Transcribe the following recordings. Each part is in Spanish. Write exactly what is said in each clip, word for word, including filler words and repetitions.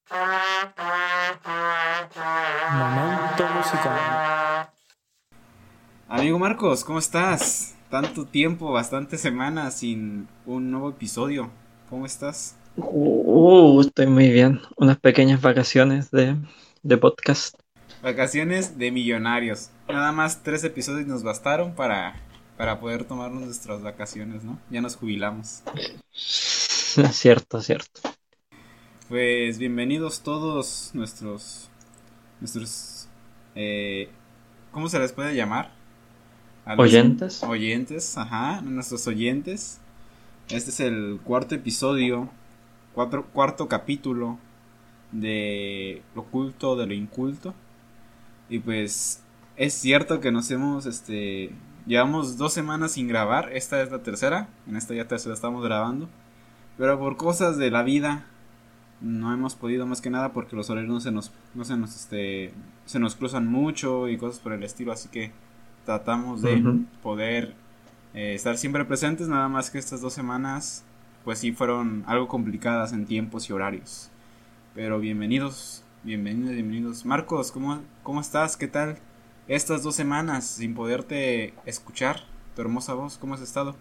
Momento musical. Amigo Marcos, ¿cómo estás? Tanto tiempo, bastantes semanas sin un nuevo episodio. ¿Cómo estás? Uh, estoy muy bien. Unas pequeñas vacaciones de, de podcast. Vacaciones de millonarios. Nada más tres episodios nos bastaron para, para poder tomarnos nuestras vacaciones, ¿no? Ya nos jubilamos. Cierto, cierto. Pues bienvenidos todos nuestros, nuestros, eh, ¿cómo se les puede llamar? A los ¿Oyentes? oyentes, ajá, nuestros oyentes. Este es el cuarto episodio, cuatro, cuarto capítulo de lo oculto de lo inculto. Y pues es cierto que nos hemos, este, llevamos dos semanas sin grabar. Esta es la tercera, en esta ya tercera estamos grabando. Pero por cosas de la vida no hemos podido, más que nada porque los horarios no se nos, no se nos, este, se nos cruzan mucho y cosas por el estilo. Así que tratamos de Ujú. poder eh, estar siempre presentes, nada más que estas dos semanas pues sí fueron algo complicadas en tiempos y horarios. Pero bienvenidos, bienvenidos, bienvenidos. Marcos, ¿cómo, cómo estás? ¿Qué tal estas dos semanas sin poderte escuchar tu hermosa voz? ¿Cómo has estado?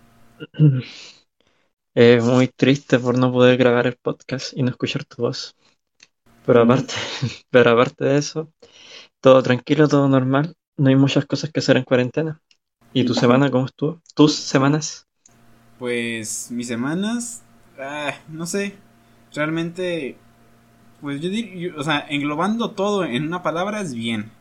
Eh, muy triste por no poder grabar el podcast y no escuchar tu voz. Pero Mm, aparte, pero aparte de eso, todo tranquilo, todo normal. No hay muchas cosas que hacer en cuarentena. ¿Y tu semana cómo estuvo? ¿Tus semanas? Pues mis semanas, ah, no sé, realmente, pues yo diría, o sea, englobando todo en una palabra es bien.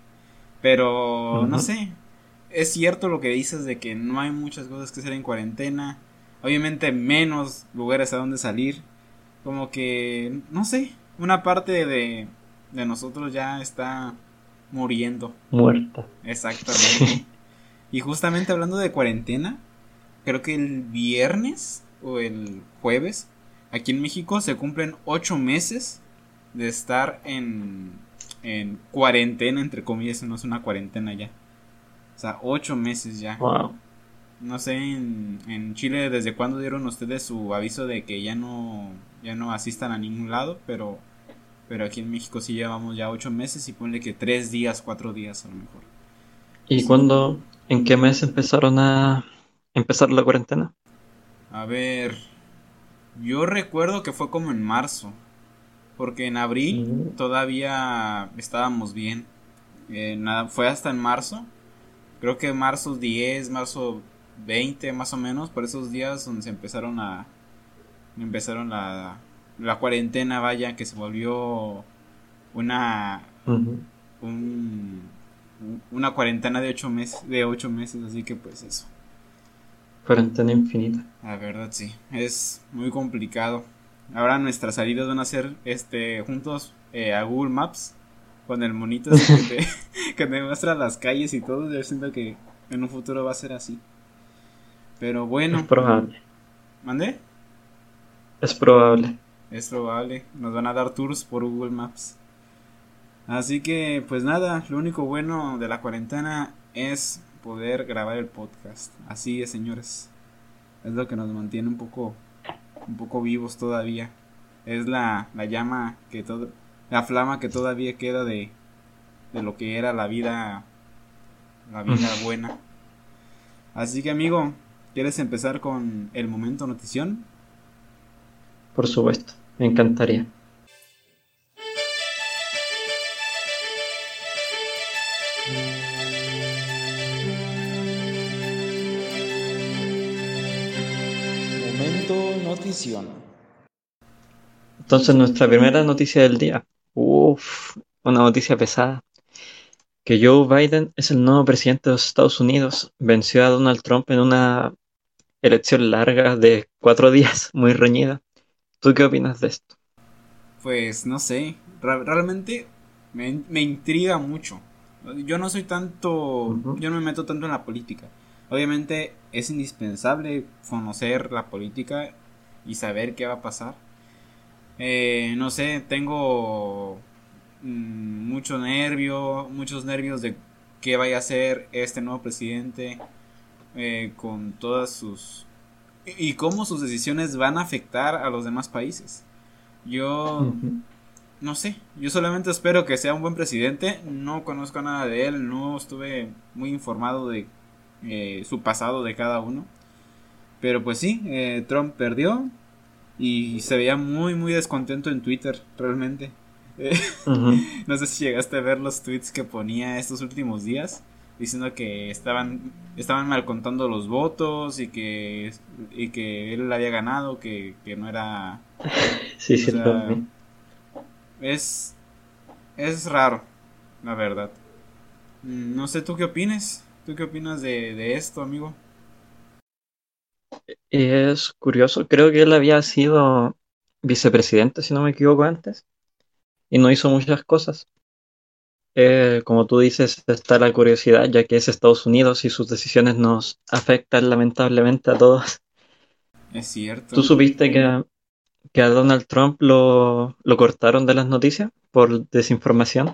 Pero no Ujú. sé, es cierto lo que dices de que no hay muchas cosas que hacer en cuarentena. Obviamente menos lugares a donde salir. Como que, no sé, una parte de, de nosotros ya está muriendo. Muerta. Exactamente. Y justamente hablando de cuarentena, creo que el viernes o el jueves, aquí en México se cumplen ocho meses de estar en, en cuarentena, entre comillas, no es una cuarentena ya. O sea, ocho meses ya. Wow. No sé en, en Chile desde cuándo dieron ustedes su aviso de que ya no ya no asistan a ningún lado, pero pero aquí en México sí llevamos ya ocho meses y ponle que tres días, cuatro días a lo mejor. ¿Y Sí. cuándo, en qué mes empezaron a empezar la cuarentena? A ver, yo recuerdo que fue como en marzo, porque en abril Mm. todavía estábamos bien. Eh, nada, fue hasta en marzo. Creo que marzo diez, marzo veinte más o menos, por esos días donde se empezaron a empezaron la, la cuarentena, vaya, que se volvió una Ujú. un, una cuarentena de ocho meses, de ocho meses, así que pues eso. Cuarentena infinita. La verdad sí, es muy complicado. Ahora nuestras salidas van a ser este juntos eh, a Google Maps con el monito ese que te que te muestra las calles y todo. Yo siento que en un futuro va a ser así. Pero Es bueno, probable. ¿mandé? Es probable. Es probable, nos van a dar tours por Google Maps. Así que, pues nada, lo único bueno de la cuarentena es poder grabar el podcast. Así es, señores. Es lo que nos mantiene un poco, un poco vivos todavía. Es la, la llama que todo, la flama que todavía queda de, de lo que era la vida, la vida buena. Así que, amigo, ¿quieres empezar con el momento notición? Por supuesto, me encantaría. Momento notición. Entonces, nuestra primera noticia del día. Uf, una noticia pesada. Que Joe Biden es el nuevo presidente de los Estados Unidos. Venció a Donald Trump en una elección larga de cuatro días, muy reñida. ¿Tú qué opinas de esto? Pues no sé, ra- realmente me, me intriga mucho. Yo no soy tanto, Ujú. yo no me meto tanto en la política. Obviamente es indispensable conocer la política y saber qué va a pasar. Eh, no sé, tengo mm, mucho nervio, muchos nervios de qué vaya a hacer este nuevo presidente eh, con todas sus y y cómo sus decisiones van a afectar a los demás países. Yo Ujú. no sé, yo solamente espero que sea un buen presidente. No conozco nada de él, no estuve muy informado de eh, su pasado de cada uno. Pero pues sí, eh, Trump perdió y se veía muy muy descontento en Twitter, realmente. Eh, Ujú. no sé si llegaste a ver los tweets que ponía estos últimos días diciendo que estaban estaban mal contando los votos y que y que él había ganado, que, que no era, Sí, o sí, lo sea, vi. es es raro, la verdad. Mm, No sé, ¿tú qué opinas? ¿Tú qué opinas de, de esto, amigo? Y es curioso, creo que él había sido vicepresidente, si no me equivoco, antes, y no hizo muchas cosas. Eh, como tú dices, está la curiosidad, ya que es Estados Unidos y sus decisiones nos afectan lamentablemente a todos. Es ¿Tú cierto. supiste que a, que a Donald Trump lo, lo cortaron de las noticias por desinformación?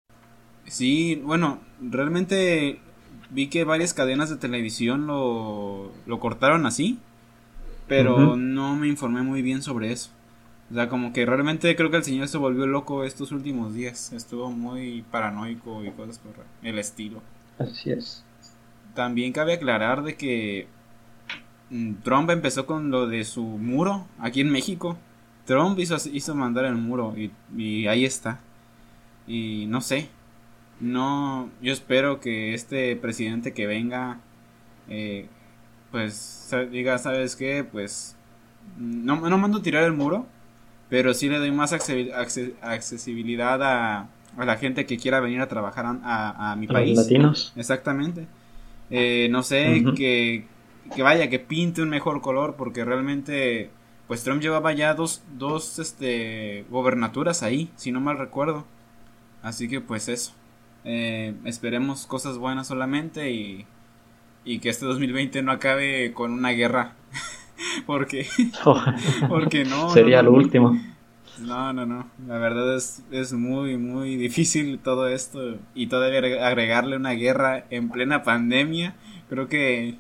Sí, bueno, realmente vi que varias cadenas de televisión lo, lo cortaron así, pero Ujú. no me informé muy bien sobre eso. O sea, como que realmente creo que el señor se volvió loco estos últimos días. Estuvo muy paranoico y cosas por el estilo. Así es. También cabe aclarar de que mm, Trump empezó con lo de su muro aquí en México. Trump hizo, hizo mandar el muro y, y ahí está. Y no sé, no, yo espero que este presidente que venga, eh, pues sa- diga, ¿sabes qué? Pues no, no mando tirar el muro, pero sí le doy más acce- acce- accesibilidad a, a la gente que quiera venir a trabajar a, a- a mi A los país. latinos. Exactamente. Eh, no sé, Ujú. que, que vaya, que pinte un mejor color, porque realmente, pues Trump llevaba ya dos, dos, este, gobernaturas ahí, si no mal recuerdo. Así que pues eso. Eh, esperemos cosas buenas solamente y, y que este dos mil veinte no acabe con una guerra. Porque, porque no, no, Sería no. lo último. No, no, no. La verdad es, es muy, muy difícil todo esto. Y todavía agre- agregarle una guerra en plena pandemia. Creo que,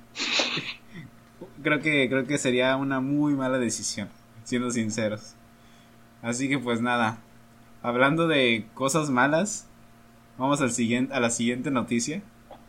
creo que, creo que sería una muy mala decisión, siendo sinceros. Así que pues nada. Hablando de cosas malas, vamos al siguiente, a la siguiente noticia.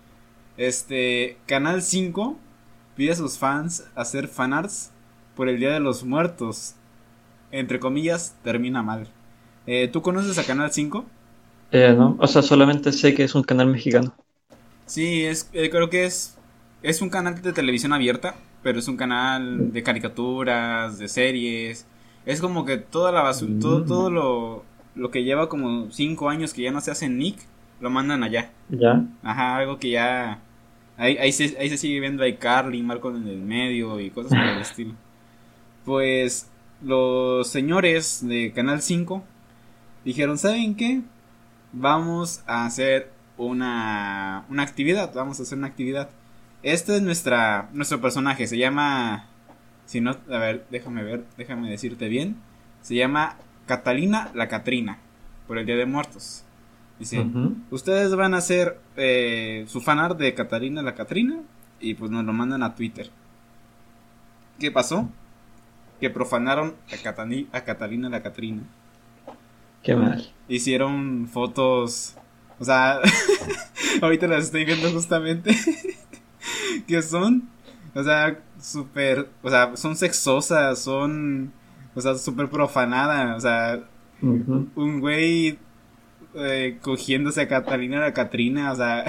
Este, Canal cinco pide a sus fans hacer fanarts por el Día de los Muertos. Entre comillas, termina mal. Eh, ¿Tú conoces a Canal cinco? Eh, ¿no? O sea, solamente sé que es un canal mexicano. Sí, es, eh, creo que es, es un canal de televisión abierta, pero es un canal de caricaturas, de series. Es como que toda la basura, todo, todo Mm, lo, lo que lleva como cinco años que ya no se hace en Nick, lo mandan allá. ya. Ajá, algo que ya... Ahí, ahí, se, ahí se sigue viendo a iCarly, Malcolm en el medio y cosas por el estilo. Pues los señores de Canal cinco dijeron, ¿saben qué? Vamos a hacer una, una actividad, vamos a hacer una actividad. Este es nuestra, nuestro personaje, se llama... Si no, a ver, déjame ver, déjame decirte bien. Se llama Catalina la Catrina, por el Día de Muertos. Dice, Ujú. ustedes van a hacer eh, su fanart de Catalina la Catrina y pues nos lo mandan a Twitter. ¿Qué pasó? Que profanaron a, Catani- a Catalina la Catrina. Qué mal. Hicieron fotos, o sea, ahorita las estoy viendo justamente, que son, o sea, súper, o sea, son sexosas, son, o sea, súper profanadas, o sea, Ujú. un güey eh, cogiéndose a Catalina la Catrina, o sea,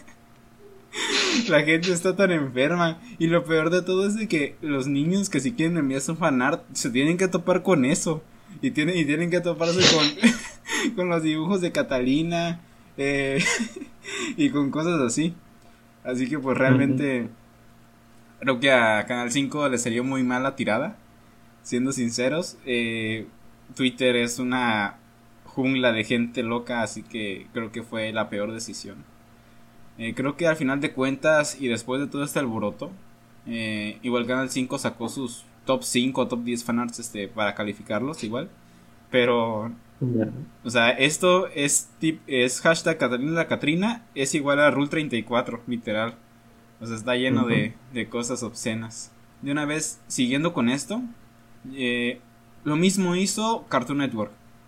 la gente está tan enferma. Y lo peor de todo es de que los niños que si quieren enviar su fanart se tienen que topar con eso. Y tienen, y tienen que toparse con, con los dibujos de Catalina eh, y con cosas así. Así que pues Ujú. realmente creo que a Canal cinco le salió muy mala tirada. Siendo sinceros, eh, Twitter es una jungla de gente loca, así que creo que fue la peor decisión. Eh, creo que al final de cuentas y después de todo este alboroto, eh, igual Canal cinco sacó sus top cinco o top diez fanarts este, para calificarlos igual. Pero, Ya. o sea, esto es, tip, es hashtag Catalina la Catrina es igual a Rule treinta y cuatro, literal. O sea, está lleno Ujú. de, de cosas obscenas. De una vez, siguiendo con esto, eh, lo mismo hizo Cartoon Network.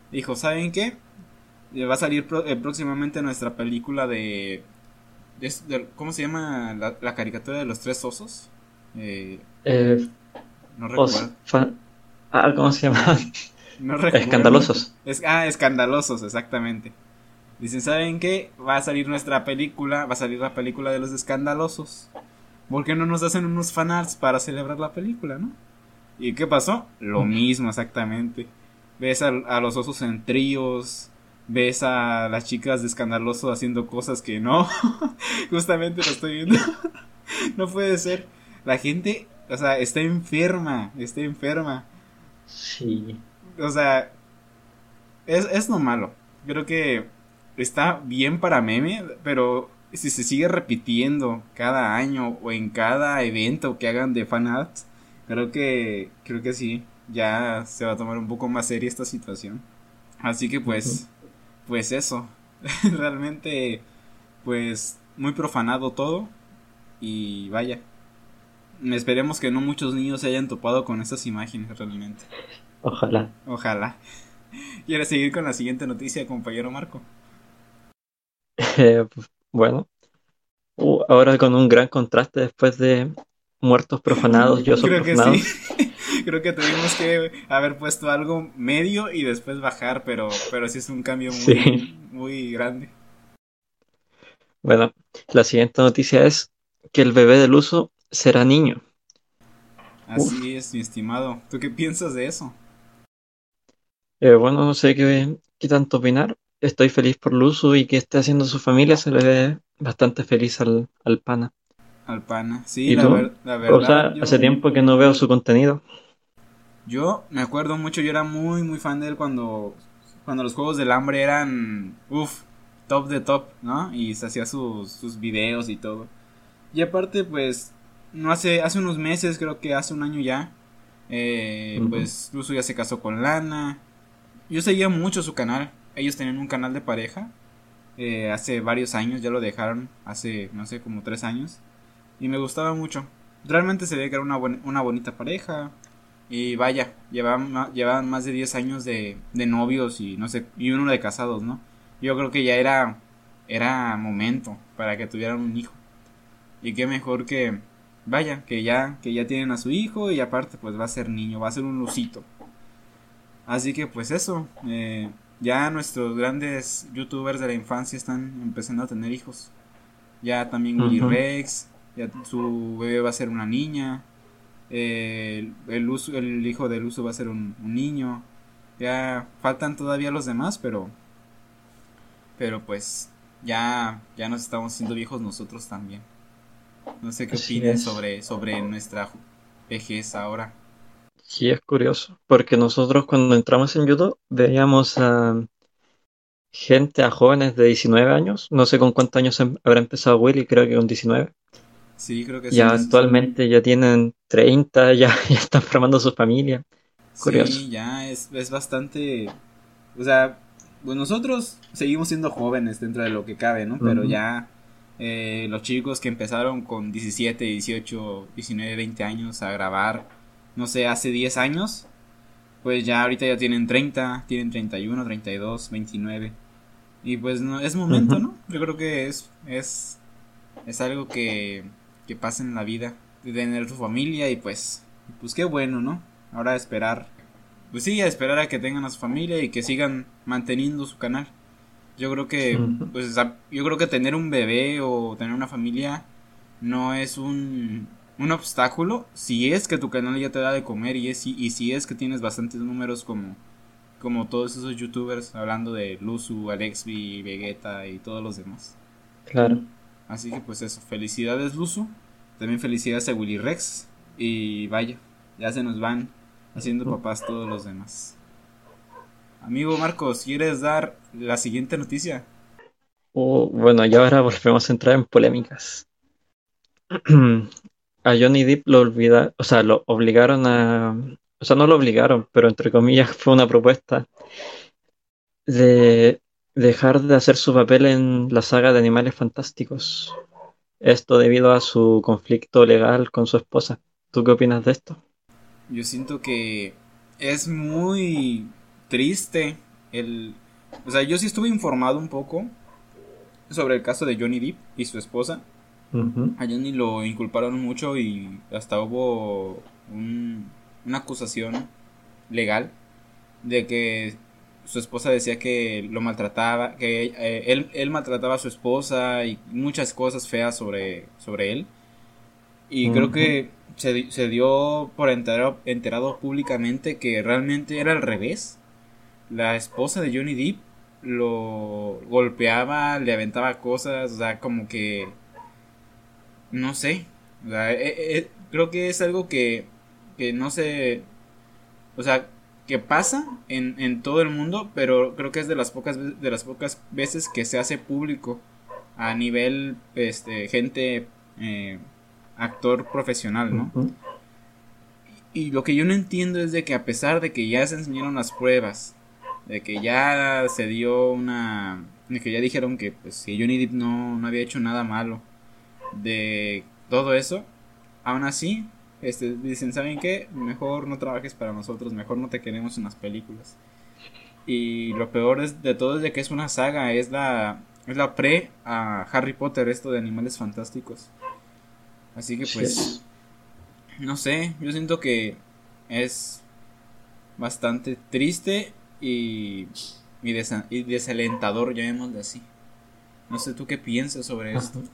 dijo, ¿saben qué? Eh, Va a salir pro- eh, próximamente nuestra película de, de- de- ¿cómo se llama la, la caricatura de los tres osos? Eh, Eh, no recuerdo. os, fa- ah, ¿cómo se llama? No recuerdo. Escandalosos. Es, ah, Escandalosos, exactamente. Dicen, ¿saben qué? Va a salir nuestra película, va a salir la película de los Escandalosos. ¿Por qué no nos hacen unos fanarts para celebrar la película, no? ¿Y qué pasó? Lo mismo, exactamente. Ves a, a los osos en tríos, ves a las chicas de Escandaloso haciendo cosas que no. Justamente lo estoy viendo. No puede ser. La gente, o sea, está enferma, está enferma. Sí. O sea, es, es lo malo. Creo que está bien para meme, pero si se sigue repitiendo cada año o en cada evento que hagan de fanarts, creo que creo que sí, ya se va a tomar un poco más seria esta situación. Así que Ujú. pues pues eso. Realmente pues muy profanado todo y vaya, esperemos que no muchos niños se hayan topado con esas imágenes realmente. Ojalá. Ojalá. ¿Quieres seguir con la siguiente noticia, compañero Marco? Eh, bueno, uh, ahora con un gran contraste después de muertos profanados y osos Creo que sí. profanados. Creo que tuvimos que haber puesto algo medio y después bajar, pero, pero sí es un cambio muy, Sí. muy grande. Bueno, la siguiente noticia es que el bebé del uso será niño. Uf. Así es, mi estimado. ¿Tú qué piensas de eso? Eh, bueno, no sé qué, qué tanto opinar. Estoy feliz por Luzu y que esté haciendo su familia. Se le ve bastante feliz al, al pana. Al pana. Sí, ¿Y la, tú? ver- la O verdad, sea, hace yo, tiempo que no veo su contenido. yo me acuerdo mucho, yo era muy, muy fan de él cuando, cuando los Juegos del Hambre eran, uff, top de top, ¿no? Y se hacía sus, sus videos y todo. Y aparte, pues, no hace, hace unos meses, creo que hace un año ya, eh, Ujú. pues Luzu ya se casó con Lana. Yo seguía mucho su canal. Ellos tenían un canal de pareja. eh, hace varios años, ya lo dejaron. Hace, no sé, como tres años. Y me gustaba mucho. Realmente se veía que era una, buen- una bonita pareja. Y vaya, llevaban, ma- llevaban más de diez años de, de novios y no sé, y uno de casados, ¿no? Yo creo que ya era, era momento para que tuvieran un hijo. Y qué mejor que, vaya, que ya, que ya tienen a su hijo y aparte pues va a ser niño, va a ser un lucito. Así que pues eso, eh, ya nuestros grandes youtubers de la infancia están empezando a tener hijos. Ya también Willy Ujú. Rex, ya su bebé va a ser una niña, eh, el, el, uso- el hijo del uso va a ser un, un niño. Ya faltan todavía los demás, pero, pero pues ya, ya nos estamos haciendo viejos nosotros también. No sé qué Así opinen es. sobre, sobre nuestra vejez ahora. Sí, es curioso. Porque nosotros cuando entramos en YouTube veíamos a gente, a jóvenes de diecinueve años. No sé con cuántos años em- habrá empezado Willy, creo que con diecinueve. Sí, creo que Ya sí. actualmente ya tienen treinta, ya, ya están formando su familia. Curioso. Sí, ya es, es bastante. O sea, pues nosotros seguimos siendo jóvenes dentro de lo que cabe, ¿no? Pero Ujú. ya eh, los chicos que empezaron con diecisiete, dieciocho, diecinueve, veinte años a grabar, no sé, hace diez años, pues ya ahorita ya tienen treinta, tienen treinta y uno, treinta y dos, veintinueve. Y pues no, es momento, Ujú. ¿no? Yo creo que es, es, es algo que, que pasa en la vida, de tener tu familia y pues, pues qué bueno, ¿no? Ahora esperar, pues sí, a esperar a que tengan a su familia y que sigan manteniendo su canal. Yo creo que, Ujú. pues, a- yo creo que tener un bebé o tener una familia no es un, un obstáculo si es que tu canal ya te da de comer y, es, y si es que tienes bastantes números como, como todos esos youtubers hablando de Luzu, Alexby, Vegeta y todos los demás. Claro. Así que pues eso, felicidades Luzu, también felicidades a Willy Rex y vaya, ya se nos van haciendo papás todos los demás. Amigo Marcos, ¿quieres dar la siguiente noticia? Uh, bueno, y ahora volvemos a entrar en polémicas. A Johnny Depp lo olvida, o sea, lo obligaron a, o sea, no lo obligaron, pero entre comillas fue una propuesta de dejar de hacer su papel en la saga de Animales Fantásticos. Esto debido a su conflicto legal con su esposa. ¿Tú qué opinas de esto? Yo siento que es muy triste el, o sea, yo sí estuve informado un poco sobre el caso de Johnny Depp y su esposa. Ujú. A Johnny lo inculparon mucho y hasta hubo un, una acusación legal de que su esposa decía que lo maltrataba, que eh, él, él maltrataba a su esposa y muchas cosas feas sobre, sobre él. Y creo Ujú. que se, se dio por enterado, enterado públicamente que realmente era al revés. La esposa de Johnny Depp lo golpeaba, le aventaba cosas, o sea, como que no sé, o sea, eh, eh, creo que es algo que, que no sé, o sea, que pasa en, en todo el mundo, pero creo que es de las pocas ve- de las pocas veces que se hace público a nivel este gente eh, actor profesional, ¿no? Ujú. Y lo que yo no entiendo es de que a pesar de que ya se enseñaron las pruebas, de que ya se dio una, de que ya dijeron que pues que Johnny Depp no, no había hecho nada malo, de todo eso, aún así, este, dicen, ¿saben qué? Mejor no trabajes para nosotros, mejor no te queremos en las películas. Y lo peor es, de todo es de que es una saga, es la, es la pre a Harry Potter, esto de Animales Fantásticos. Así que Sí. pues, no sé, yo siento que es bastante triste y, y, desa- y desalentador, llamémosle así. No sé tú qué piensas sobre Ajá. esto.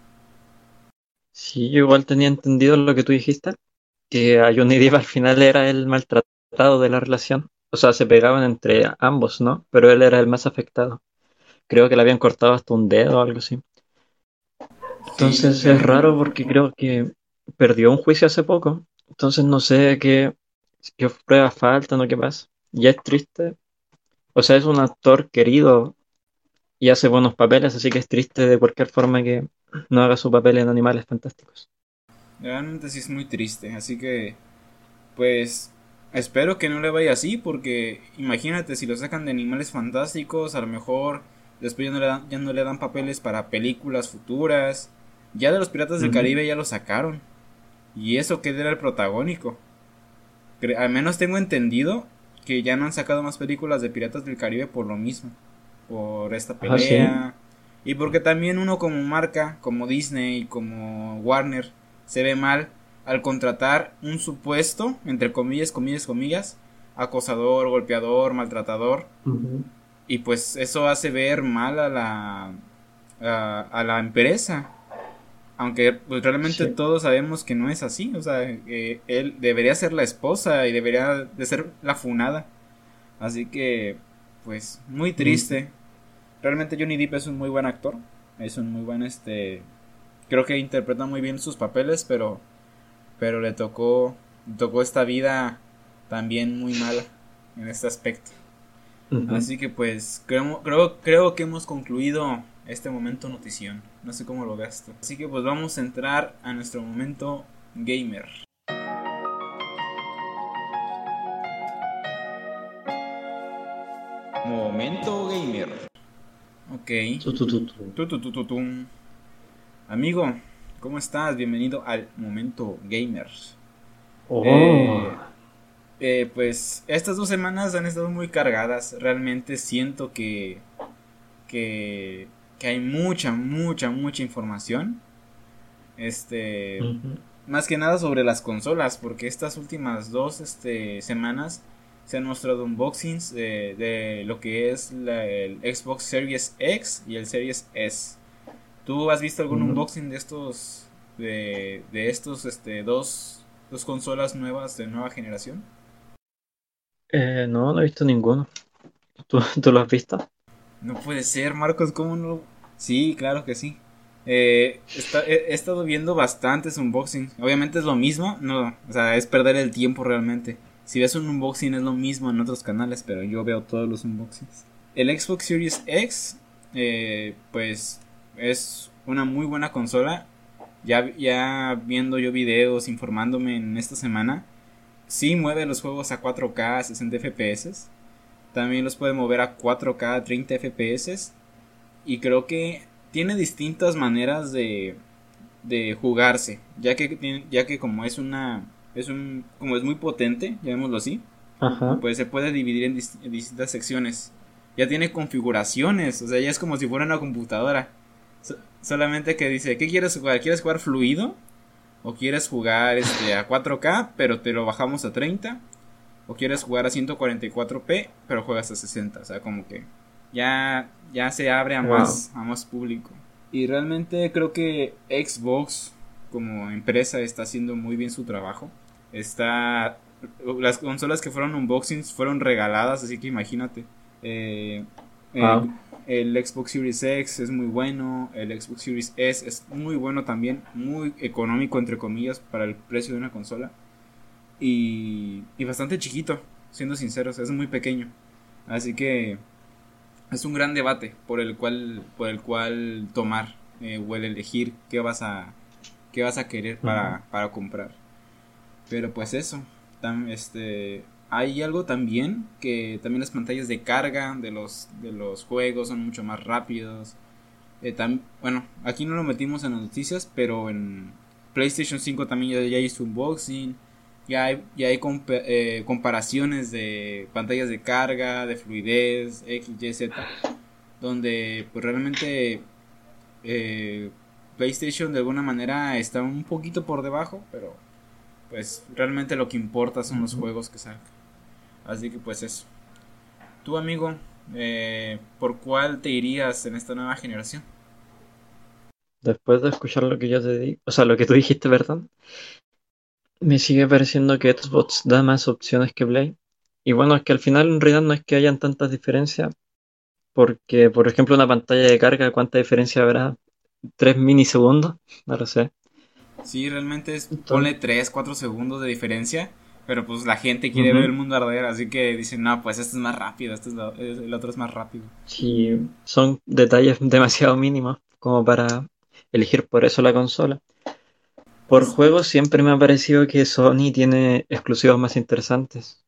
Sí, yo igual tenía entendido lo que tú dijiste, que a Johnny Depp al final era el maltratado de la relación. O sea, se pegaban entre ambos, ¿no? Pero él era el más afectado. Creo que le habían cortado hasta un dedo o algo así. Sí, Entonces es realmente. raro porque creo que perdió un juicio hace poco. Entonces no sé qué, qué pruebas faltan o qué pasa. Ya es triste. O sea, es un actor querido y hace buenos papeles, así que es triste de cualquier forma que no haga su papel en Animales Fantásticos. Realmente sí es muy triste, así que pues espero que no le vaya así porque imagínate si lo sacan de Animales Fantásticos, a lo mejor después ya no le dan, ya no le dan papeles para películas futuras. Ya de los Piratas del Ujú. Caribe ya lo sacaron y eso que era el protagónico. Cre- al menos tengo entendido que ya no han sacado más películas de Piratas del Caribe por lo mismo, por esta Ah, sí. pelea y porque también uno como marca, como Disney y como Warner se ve mal al contratar un supuesto, entre comillas, comillas, comillas, acosador, golpeador, maltratador Ujú. y pues eso hace ver mal a la a, a la empresa, aunque pues realmente Sí. todos sabemos que no es así, o sea, que él debería ser la esposa y debería de ser la funada. Así que, pues, muy Ujú. triste. Realmente Johnny Depp es un muy buen actor, es un muy buen, este, creo que interpreta muy bien sus papeles, pero, pero le tocó, le tocó esta vida también muy mala en este aspecto. Ujú. Así que pues creo, creo, creo que hemos concluido este momento notición. No sé cómo lo veas tú. Así que pues vamos a entrar a nuestro momento gamer. Momento gamer. Ok. Tu, tu, tu, tu. Tu, tu, tu, tu, tum. Amigo, ¿cómo estás? Bienvenido al momento gamer. Oh. Eh, eh, pues estas dos semanas han estado muy cargadas. Realmente siento que, que, que hay mucha, mucha, mucha información. Este, Ujú. más que nada sobre las consolas, porque estas últimas dos este, semanas se han mostrado unboxings de, de lo que es la, el Xbox Series X y el Series S. ¿Tú has visto algún Ujú. unboxing de estos de, de estos este dos, dos consolas nuevas de nueva generación? Eh, no, no he visto ninguno. ¿Tú, tú lo has visto? No puede ser, Marcos, ¿cómo no? Sí, claro que sí. Eh, está- he, he estado viendo bastantes unboxings. Obviamente es lo mismo, no, o sea, es perder el tiempo realmente. Si ves un unboxing es lo mismo en otros canales, pero yo veo todos los unboxings. El Xbox Series X, eh, pues es una muy buena consola. Ya, ya viendo yo videos, informándome en esta semana, sí mueve los juegos a cuatro K, sesenta F P S. También los puede mover a cuatro K, treinta F P S. Y creo que tiene distintas maneras de, de jugarse. Ya que, ya que como es una. Es un, como es muy potente, llamémoslo así. Ajá. Pues se puede dividir en, dis- en distintas secciones. ya tiene configuraciones, o sea, ya es como si fuera una computadora. So- solamente que dice, ¿qué quieres jugar? ¿Quieres jugar fluido? ¿O quieres jugar este a cuatro K, pero te lo bajamos a treinta? ¿O quieres jugar a ciento cuarenta y cuatro p, pero juegas a sesenta? O sea, como que ya, ya se abre a Wow. más, a más público. Y realmente creo que Xbox como empresa está haciendo muy bien su trabajo. Está, las consolas que fueron unboxings fueron regaladas, así que imagínate. Eh, Wow. el, el Xbox Series X es muy bueno, el Xbox Series S es muy bueno también, muy económico entre comillas para el precio de una consola. Y, y bastante chiquito, siendo sinceros, es muy pequeño. Así que es un gran debate por el cual, por el cual tomar eh, o el elegir qué vas a, qué vas a querer para, para comprar. Pero pues eso, tam, este, hay algo también que también las pantallas de carga de los, de los juegos son mucho más rápidos. Eh, tam, bueno, aquí no lo metimos en las noticias, pero en PlayStation cinco también ya, ya hizo unboxing. Ya hay, ya hay compa eh, comparaciones de pantallas de carga, de fluidez, X, Y, Z, donde pues realmente eh, PlayStation de alguna manera está un poquito por debajo, pero pues realmente lo que importa son los juegos que sacan. Así que pues eso. Tu amigo, eh, ¿por cuál te irías en esta nueva generación? Después de escuchar lo que yo te di, o sea, lo que tú dijiste, ¿verdad? Me sigue pareciendo que Xbox da más opciones que Play. Y bueno, es que al final en realidad no es que hayan tantas diferencias, porque por ejemplo una pantalla de carga, ¿cuánta diferencia habrá? ¿Tres milisegundos? No lo sé. Sí, realmente es, ponle Entonces, tres cuatro segundos de diferencia, pero pues la gente quiere ver el ujú. mundo arder, así que dicen, no, pues este es más rápido, este es lo- es- el otro es más rápido. Sí, son detalles demasiado mínimos como para elegir por eso la consola. Por Pues, juegos siempre me ha parecido que Sony tiene exclusivos más interesantes.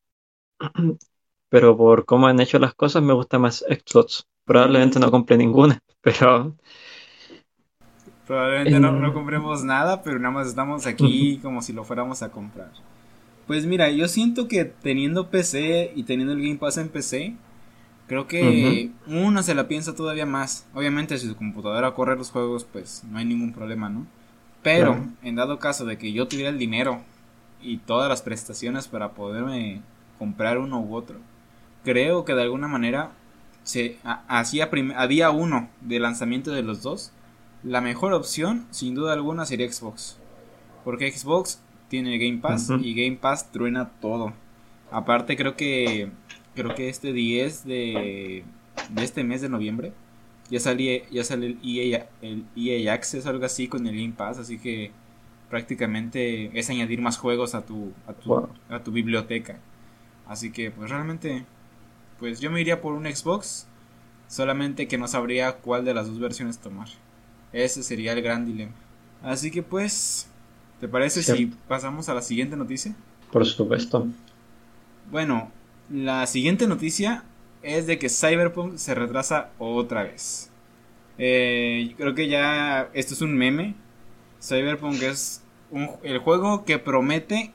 Pero por cómo han hecho las cosas me gusta más Xbox. Probablemente no compre ninguna, pero probablemente no, no en... compremos nada, pero nada más estamos aquí como si lo fuéramos a comprar. Pues mira, yo siento que teniendo P C y teniendo el Game Pass en P C, creo Ujú, que uno se la piensa todavía más. Obviamente si su computadora corre los juegos, pues no hay ningún problema, ¿no? Pero claro. en dado caso de que yo tuviera el dinero y todas las prestaciones para poderme comprar uno u otro, creo que de alguna manera se ha- hacía prim- a día uno de lanzamiento de los dos, la mejor opción sin duda alguna sería Xbox, porque Xbox tiene Game Pass Ujú. y Game Pass truena todo. Aparte creo que creo que este diez de de este mes de noviembre ya sale ya sale el E A el E A Access o algo así con el Game Pass, así que prácticamente es añadir más juegos a tu a tu Wow. a tu biblioteca. Así que pues realmente pues yo me iría por un Xbox, solamente que no sabría cuál de las dos versiones tomar. Ese sería el gran dilema. Así que pues, ¿te parece si Cierto, pasamos a la siguiente noticia? por supuesto. Bueno, la siguiente noticia es de que Cyberpunk se retrasa otra vez. Eh, creo que ya esto es un meme. Cyberpunk es un- el juego que promete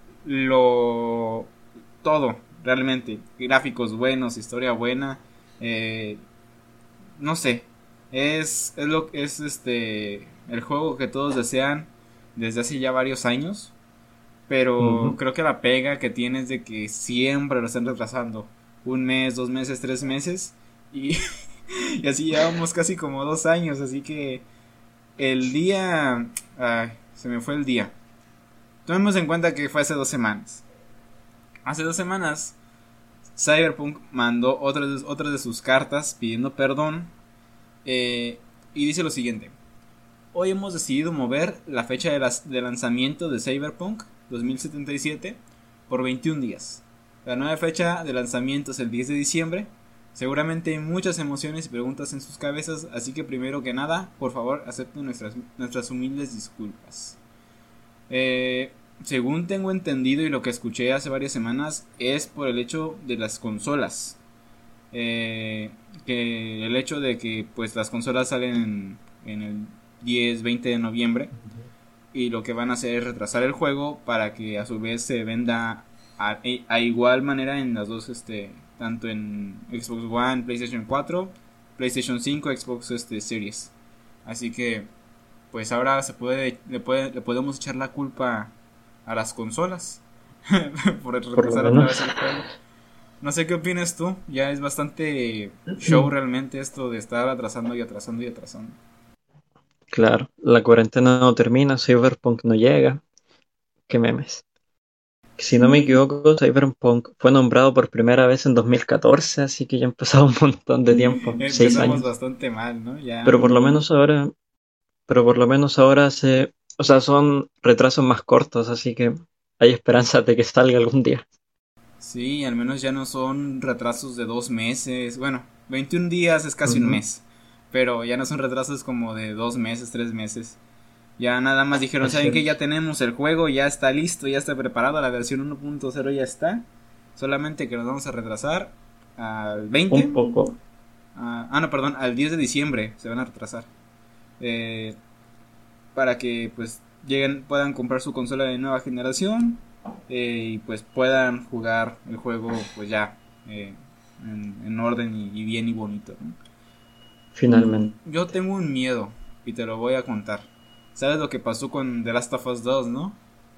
lo todo, realmente. Gráficos buenos, historia buena. eh, no sé. Es, es lo es este el juego que todos desean desde hace ya varios años. Pero Ujú. creo que la pega que tiene es de que siempre lo están retrasando. Un mes, dos meses, tres meses. Y, y así llevamos casi como dos años. Así que el día... Ay, se me fue el día. Tomemos en cuenta que fue hace dos semanas. Hace dos semanas Cyberpunk mandó otra de, otra de sus cartas pidiendo perdón. eh, y dice lo siguiente. Hoy hemos decidido mover la fecha de, las, de lanzamiento de Cyberpunk dos mil setenta y siete por veintiún días. La nueva fecha de lanzamiento es el diez de diciembre. Seguramente hay muchas emociones y preguntas en sus cabezas, así que primero que nada, por favor, acepten nuestras, nuestras humildes disculpas. Eh, Según tengo entendido y lo que escuché hace varias semanas, es por el hecho de las consolas. Eh, que el hecho de que pues las consolas salen en, en el diez veinte de noviembre y lo que van a hacer es retrasar el juego para que a su vez se venda a, a igual manera en las dos este tanto en Xbox One, PlayStation cuatro, PlayStation cinco, Xbox este, Series. Así que pues ahora se puede le, puede, le podemos echar la culpa a las consolas por retrasar otra vez el juego. No sé qué opinas tú, ya es bastante show realmente esto de estar atrasando y atrasando y atrasando. Claro, la cuarentena no termina, Cyberpunk no llega. Qué memes. Si no me equivoco, Cyberpunk fue nombrado por primera vez en dos mil catorce, así que ya han pasado un montón de tiempo, seis Empezamos años. bastante mal, ¿no? Ya. Pero por lo menos ahora, pero por lo menos ahora se, o sea, son retrasos más cortos, así que hay esperanza de que salga algún día. Sí, al menos ya no son retrasos de dos meses. Bueno, veintiún días es casi Ujú. un mes. Pero ya no son retrasos como de dos meses, tres meses. Ya nada más dijeron, Así ¿saben qué? es. Ya tenemos el juego, ya está listo, ya está preparado. La versión uno punto cero ya está. Solamente que nos vamos a retrasar al veinte. Un poco. Ah, ah, no, perdón, al diez de diciembre se van a retrasar. Eh, para que pues lleguen, puedan comprar su consola de nueva generación. Eh, y pues puedan jugar el juego pues ya eh, en, en orden y, y bien y bonito, ¿no? Finalmente. Yo tengo un miedo y te lo voy a contar. ¿Sabes lo que pasó con The Last of Us dos, no?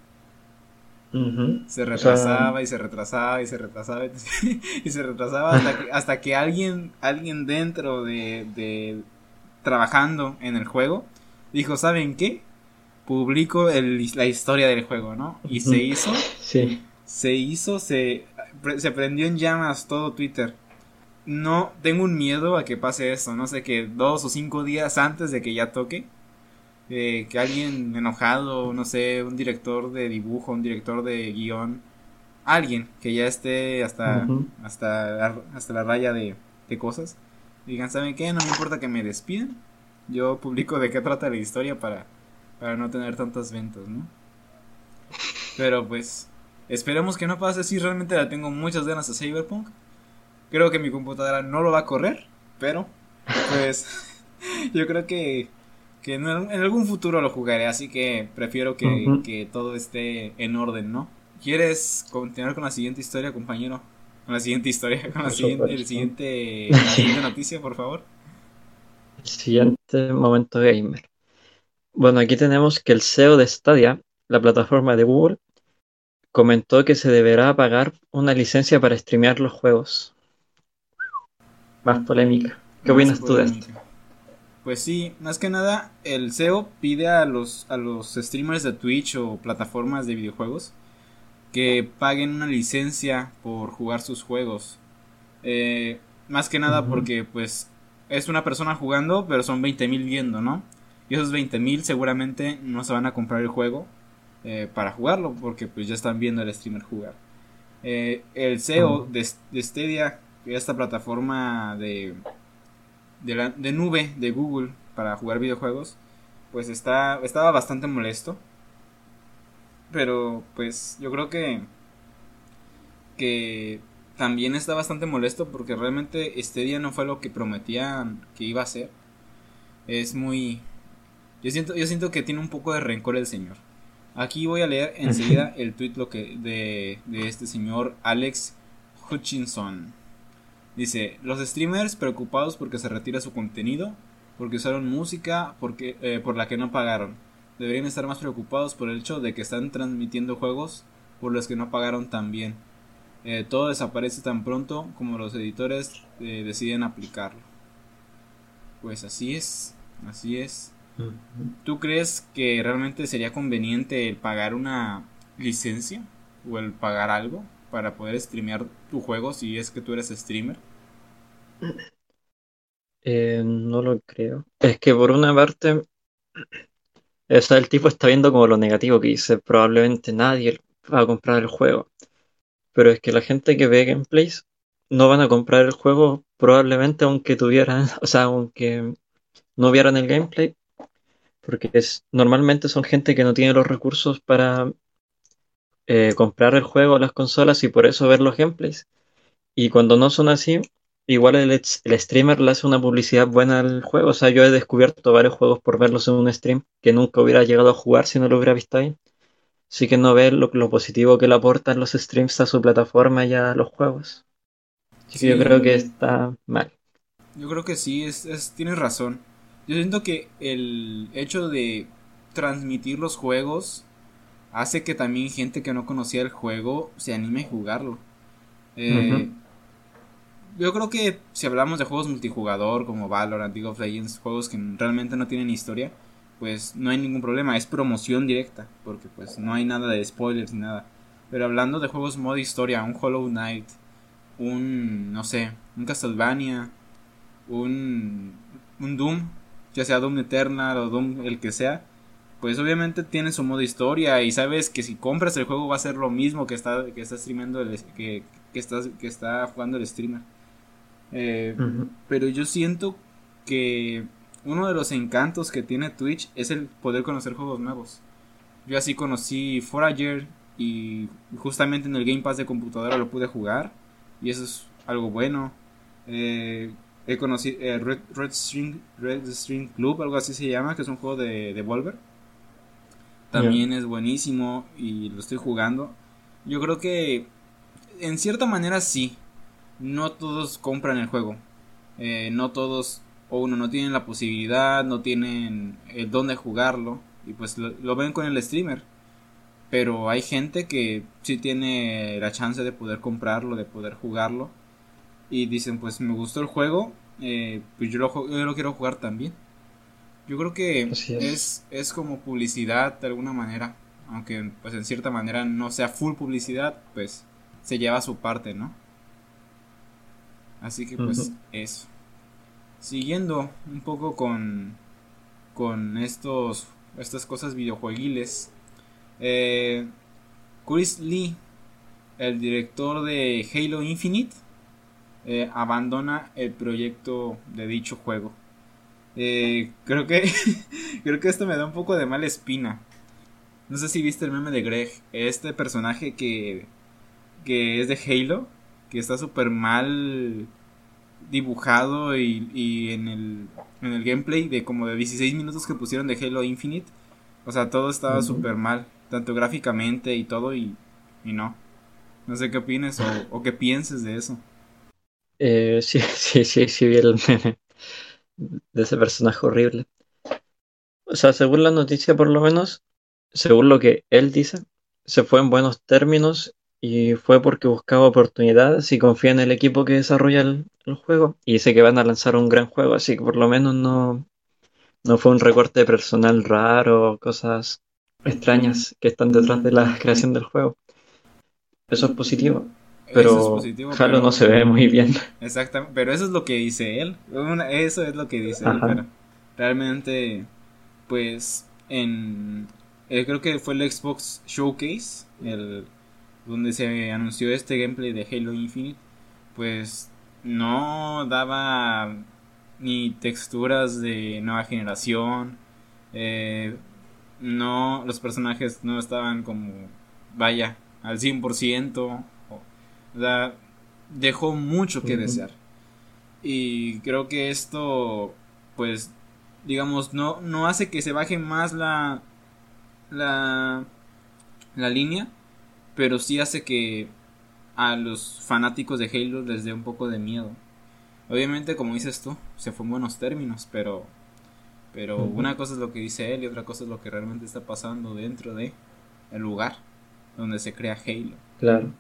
Ujú. Se O sea, retrasaba y se retrasaba y se retrasaba y se retrasaba hasta que, hasta que alguien alguien dentro de, de trabajando en el juego dijo, ¿saben qué? Publico el, la historia del juego, ¿no? Y ujú. se hizo, Sí. se hizo, se, se prendió en llamas todo Twitter. No, tengo un miedo a que pase eso, no sé, que dos o cinco días antes de que ya toque, eh, que alguien enojado, no sé, un director de dibujo, un director de guión, alguien que ya esté hasta, Ujú. hasta, la, hasta la raya de, de cosas, digan, ¿saben qué? No me importa que me despidan, yo publico de qué trata la historia para, para no tener tantas ventas, ¿no? Pero pues, esperemos que no pase, si realmente la tengo muchas ganas a Cyberpunk. Creo que mi computadora no lo va a correr, pero pues yo creo que, que en, en algún futuro lo jugaré, así que prefiero que, Ujú. que todo esté en orden, ¿no? ¿Quieres continuar con la siguiente historia, compañero? Con la siguiente historia, con la Por siguiente, el supuesto. siguiente, la siguiente noticia, por favor. El siguiente momento gamer. Bueno, aquí tenemos que el C E O de Stadia, la plataforma de Google, comentó que se deberá pagar una licencia para streamear los juegos. Más polémica. ¿Qué Más opinas tú de esto? polémica. Pues sí, más que nada el C E O pide a los, a los streamers de Twitch o plataformas de videojuegos que paguen una licencia por jugar sus juegos. Eh, más que nada Ujú. porque pues es una persona jugando, pero son veinte mil viendo, ¿no? Y esos veinte mil seguramente no se van a comprar el juego eh, para jugarlo, porque pues ya están viendo al streamer jugar. Eh, el C E O Ujú. de, de Stadia, esta plataforma de, de, la, de nube de Google para jugar videojuegos, pues está, estaba bastante molesto. Pero pues yo creo que que también está bastante molesto porque realmente este día no fue lo que prometían que iba a ser. Es muy... Yo siento, yo siento que tiene un poco de rencor el señor. Aquí voy a leer enseguida el tweet lo que, de, de este señor Alex Hutchinson. Dice, los streamers preocupados porque se retira su contenido, porque usaron música porque, eh, por la que no pagaron. Deberían estar más preocupados por el hecho de que están transmitiendo juegos por los que no pagaron también. Eh, todo desaparece tan pronto como los editores eh, deciden aplicarlo. Pues así es, así es. Ujú. ¿Tú crees que realmente sería conveniente el pagar una licencia o el pagar algo para poder streamear tu juego si es que tú eres streamer? Eh, no lo creo. Es que por una parte, o sea, el tipo está viendo como lo negativo que dice, probablemente nadie va a comprar el juego. Pero es que la gente que ve gameplays no van a comprar el juego probablemente aunque tuvieran, o sea, aunque no vieran el gameplay, porque es, normalmente son gente que no tiene los recursos para eh, comprar el juego o las consolas y por eso ver los gameplays. Y cuando no son así, igual el, el streamer le hace una publicidad buena al juego. O sea, yo he descubierto varios juegos por verlos en un stream que nunca hubiera llegado a jugar si no lo hubiera visto ahí. Así que no ve lo, lo positivo que le aportan los streams a su plataforma y a los juegos. Así que yo Sí, creo que está mal. yo creo que sí, es, es, tienes razón. Yo siento que el hecho de transmitir los juegos hace que también gente que no conocía el juego se anime a jugarlo. Eh, Ujú. yo creo que si hablamos de juegos multijugador como Valorant, League of Legends, juegos que realmente no tienen historia, pues no hay ningún problema, es promoción directa, porque pues no hay nada de spoilers ni nada. Pero hablando de juegos modo historia, un Hollow Knight, un, no sé, un Castlevania, un, un Doom, ya sea Doom Eternal o Doom el que sea, pues obviamente tiene su modo historia y sabes que si compras el juego va a ser lo mismo que está que está streamando el, que, que está que está jugando el streamer. Eh, Ujú. pero yo siento que uno de los encantos que tiene Twitch es el poder conocer juegos nuevos. Yo así conocí Forager y justamente en el Game Pass de computadora lo pude jugar y eso es algo bueno. Eh, he conocido eh, Red, Red, String, Red String Club, algo así se llama, que es un juego de Devolver. Ya. También es buenísimo y lo estoy jugando. Yo creo que en cierta manera sí. No todos compran el juego. Eh, no todos, o uno, no tienen la posibilidad, no tienen el don de jugarlo. Y pues lo, lo ven con el streamer. Pero hay gente que sí tiene la chance de poder comprarlo, de poder jugarlo. Y dicen, pues me gustó el juego, eh, pues yo lo, yo lo quiero jugar también. Yo creo que Así es. es, es como publicidad de alguna manera. Aunque pues en cierta manera no sea full publicidad, pues se lleva su parte, ¿no? Así que pues Ujú. eso. Siguiendo un poco con, con estos, estas cosas videojueguiles. Eh, Chris Lee, el director de Halo Infinite, eh, abandona el proyecto de dicho juego. Eh, creo que creo que esto me da un poco de mala espina. No sé si viste el meme de Greg, este personaje que que es de Halo, que está súper mal dibujado y, y en el en el gameplay de como de dieciséis minutos que pusieron de Halo Infinite, o sea, todo estaba Ujú. súper mal, tanto gráficamente y todo y, y no. No sé qué opines o, o qué pienses de eso. Eh, sí, sí, sí, sí vi el meme de ese personaje horrible. O sea, según la noticia por lo menos, según lo que él dice, se fue en buenos términos y fue porque buscaba oportunidades y confía en el equipo que desarrolla el, el juego. Y dice que van a lanzar un gran juego, así que por lo menos no, no fue un recorte de personal raro o cosas extrañas que están detrás de la creación del juego. Eso es positivo, Eso es pero positivo, Halo no pero se ve muy bien. exactamente, pero eso es lo que dice él. Una- eso es lo que dice él, Ajá. pero realmente pues en eh, creo que fue el Xbox Showcase, el donde se anunció este gameplay de Halo Infinite, pues no daba ni texturas de nueva generación, eh, no, los personajes no estaban como, vaya, al cien por ciento, o, o sea, dejó mucho que Ujú. desear. Y creo que esto, pues, digamos, no, no hace que se baje más la, la, la línea, pero sí hace que a los fanáticos de Halo les dé un poco de miedo. Obviamente, como dices tú, se fue en buenos términos, pero, pero Ujú. una cosa es lo que dice él y otra cosa es lo que realmente está pasando dentro de el lugar donde se crea Halo. Claro.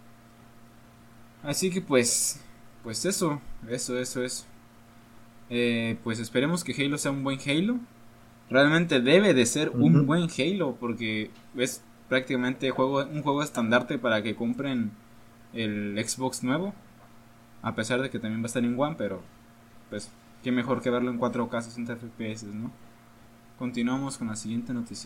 Así que pues, pues eso, eso, eso, eso. Eh, pues esperemos que Halo sea un buen Halo. Realmente debe de ser un Ujú. buen Halo porque es prácticamente juego, un juego estandarte para que compren el Xbox nuevo. A pesar de que también va a estar en One, pero pues qué mejor que verlo en cuatro K sesenta F P S, ¿no? Continuamos con la siguiente noticia.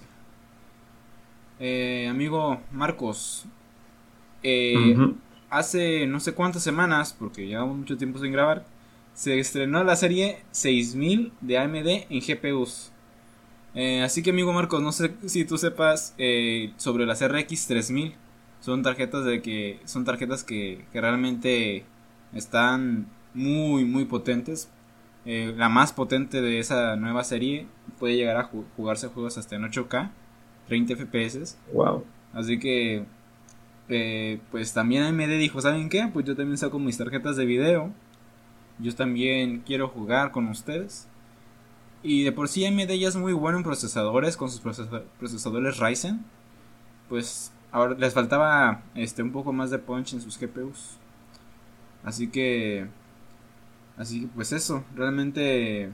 Eh, amigo Marcos, eh, Ujú. hace no sé cuántas semanas, porque llevamos mucho tiempo sin grabar, se estrenó la serie seis mil de A M D en G P Us. Eh, así que amigo Marcos, no sé si tú sepas eh, sobre las R X tres mil. Son tarjetas de que son tarjetas que, que realmente están muy muy potentes. Eh, la más potente de esa nueva serie puede llegar a ju- jugarse juegos hasta en ocho K, treinta F P S. Wow. Así que eh, pues también A M D dijo, ¿saben qué? Pues yo también saco mis tarjetas de video. Yo también quiero jugar con ustedes. Y de por sí A M D ya es muy bueno en procesadores con sus procesadores Ryzen. Pues ahora les faltaba este un poco más de punch en sus G P Us. Así que así que pues eso, realmente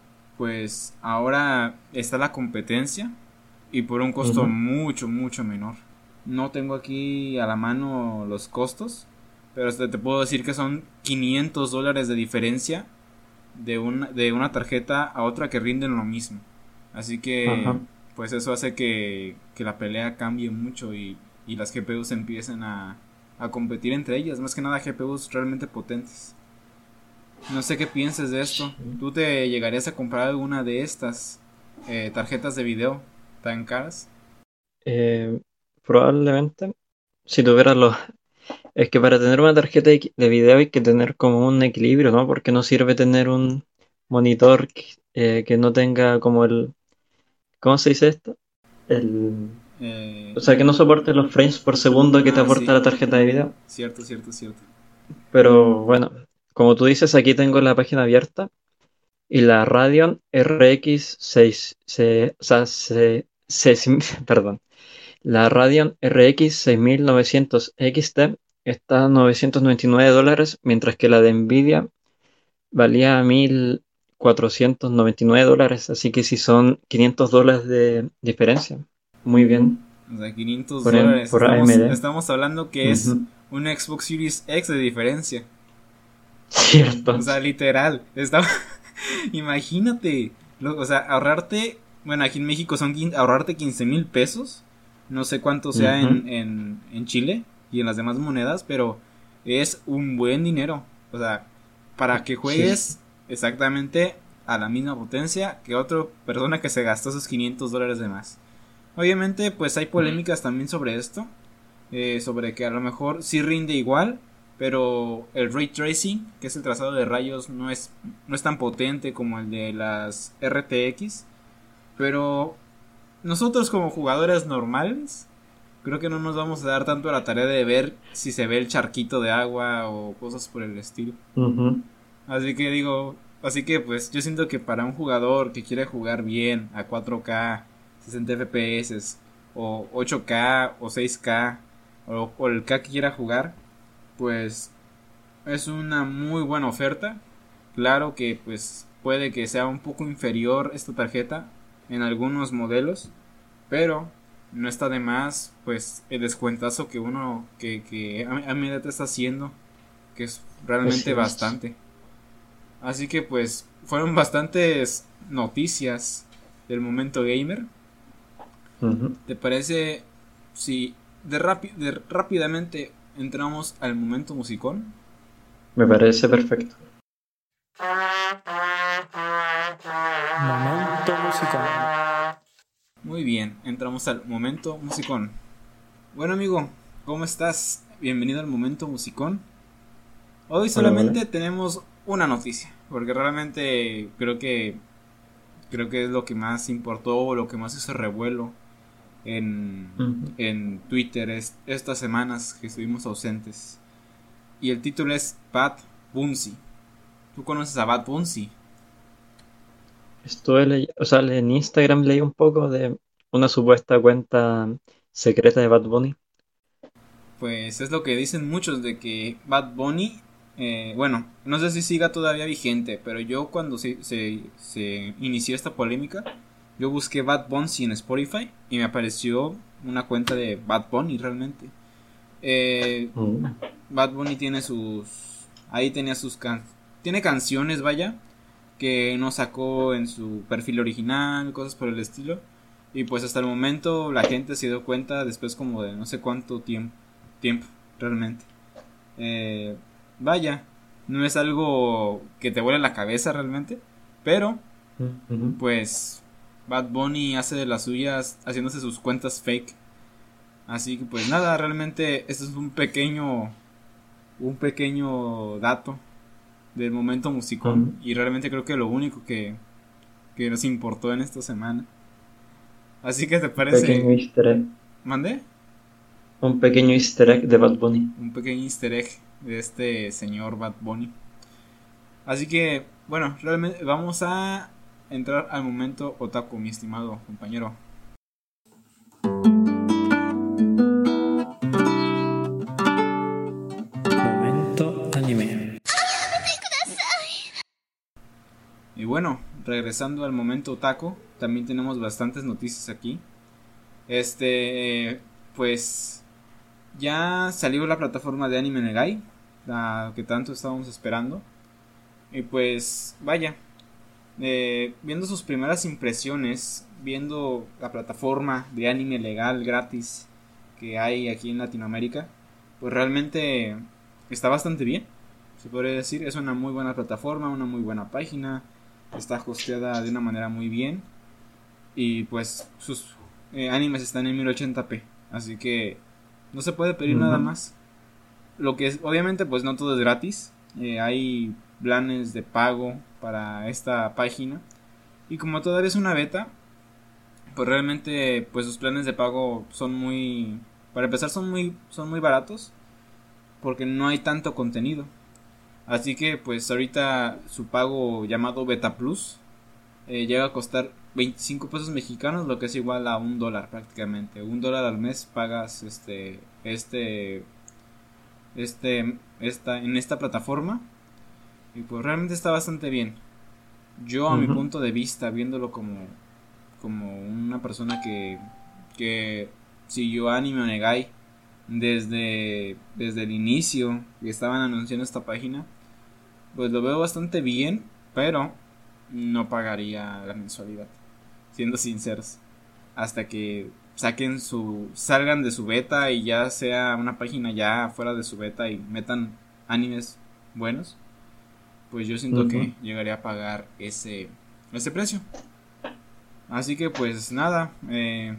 pues ahora está la competencia y por un costo uh-huh. mucho mucho menor. No tengo aquí a la mano los costos, pero te, te puedo decir que son quinientos dólares de diferencia de una, de una tarjeta a otra que rinden lo mismo. Así que uh-huh. pues eso hace que, que la pelea cambie mucho y, y las G P Us empiecen a, a competir entre ellas. Más que nada G P Us realmente potentes. No sé qué pienses de esto. ¿Tú te llegarías a comprar alguna de estas eh, tarjetas de video tan caras? Eh, probablemente. Si tuviera los... Es que para tener una tarjeta de video hay que tener como un equilibrio, ¿no? Porque no sirve tener un monitor que, eh, que no tenga como el... ¿Cómo se dice esto? El... Eh, o sea, que no soporte los frames por segundo que te ah, aporta sí. la tarjeta de video. Cierto, cierto, cierto. Pero bueno, como tú dices, aquí tengo la página abierta y la Radeon R X seis, se, o sea, se, se, perdón, la Radeon R X seis mil novecientos X T está a novecientos noventa y nueve dólares, mientras que la de Nvidia valía mil cuatrocientos noventa y nueve dólares, así que sí son quinientos dólares de diferencia. Muy bien. O sea, quinientos por, dólares. Por estamos, A M D. Estamos hablando que uh-huh. es una Xbox Series X de diferencia. Cierto. O sea, literal. Está... Imagínate. Lo, o sea, ahorrarte. Bueno, aquí en México son ahorrarte quince mil pesos. No sé cuánto sea uh-huh. en, en, en Chile y en las demás monedas, pero es un buen dinero. O sea, para que juegues sí. exactamente a la misma potencia que otra persona que se gastó esos quinientos dólares de más. Obviamente, pues hay polémicas también sobre esto. Eh, sobre que a lo mejor sí rinde igual, pero el ray tracing, que es el trazado de rayos, no es, no es tan potente como el de las R T X. Pero nosotros como jugadores normales, creo que no nos vamos a dar tanto a la tarea de ver si se ve el charquito de agua o cosas por el estilo. Uh-huh. Así que digo, así que pues yo siento que para un jugador que quiere jugar bien a cuatro K, sesenta F P S o ocho K o seis K o, o el K que quiera jugar, pues es una muy buena oferta. Claro que pues puede que sea un poco inferior esta tarjeta en algunos modelos, pero no está de más pues el descuentazo que uno que, que A M D te está haciendo, que es realmente pues bastante. Así que pues fueron bastantes noticias del momento gamer. Uh-huh. ¿Te parece si de, rapi- de rápidamente entramos al momento musicón? Me parece perfecto. Momento musicón. Muy bien, entramos al momento musicón. Bueno, amigo, ¿cómo estás? Bienvenido al momento musicón. Hoy solamente Hola, hola. tenemos una noticia, porque realmente creo que creo que es lo que más importó o lo que más hizo revuelo en, Uh-huh. en Twitter es, estas semanas que estuvimos ausentes. Y el título es Bad Bunny. ¿Tú conoces a Bad Bunny? Estuve ley- o sea, en Instagram leí un poco de una supuesta cuenta secreta de Bad Bunny. Pues es lo que dicen muchos, de que Bad Bunny, eh, bueno, no sé si siga todavía vigente, pero yo cuando se, se, se inició esta polémica, yo busqué Bad Bunny en Spotify y me apareció una cuenta de Bad Bunny realmente. Eh, Mm. Bad Bunny tiene sus, ahí tenía sus can, tiene canciones, vaya, que no sacó en su perfil original, cosas por el estilo. Y pues hasta el momento la gente se dio cuenta después como de no sé cuánto tiempo, tiempo realmente. Eh, vaya, no es algo que te vuele la cabeza realmente, pero Uh-huh. pues Bad Bunny hace de las suyas haciéndose sus cuentas fake. Así que pues nada, realmente esto es un pequeño un pequeño dato del momento musicón. Uh-huh. Y realmente creo que lo único que, que nos importó en esta semana. Así que te Pequeño parece... easter egg. ¿Mandé? Un pequeño easter egg de Bad Bunny. Un pequeño easter egg de este señor Bad Bunny. Así que, bueno, realmente vamos a entrar al momento otaku, mi estimado compañero. Momento anime. Y bueno, regresando al momento otaku, también tenemos bastantes noticias aquí. Este, pues ya salió la plataforma de Anime Negai, la que tanto estábamos esperando. Y pues vaya, eh, viendo sus primeras impresiones, viendo la plataforma de anime legal gratis que hay aquí en Latinoamérica, pues realmente está bastante bien, se podría decir. Es una muy buena plataforma, una muy buena página, está hosteada de una manera muy bien y pues sus eh, animes están en mil ochenta p, así que no se puede pedir uh-huh. nada más. Lo que es, obviamente pues no todo es gratis, eh, hay planes de pago para esta página y como todavía es una beta, pues realmente pues sus planes de pago son muy, para empezar son muy son muy baratos porque no hay tanto contenido. Así que pues ahorita su pago llamado Beta Plus eh, llega a costar veinticinco pesos mexicanos, lo que es igual a un dólar prácticamente. Un dólar al mes pagas este este este esta en esta plataforma y pues realmente está bastante bien. Yo a uh-huh. mi punto de vista, viéndolo como como una persona que que siguió Anime Negai desde desde el inicio que estaban anunciando esta página, pues lo veo bastante bien, pero no pagaría la mensualidad, siendo sinceros, hasta que saquen su salgan de su beta y ya sea una página ya fuera de su beta y metan animes buenos, pues yo siento uh-huh. que llegaría a pagar ese ese precio. Así que pues nada, eh,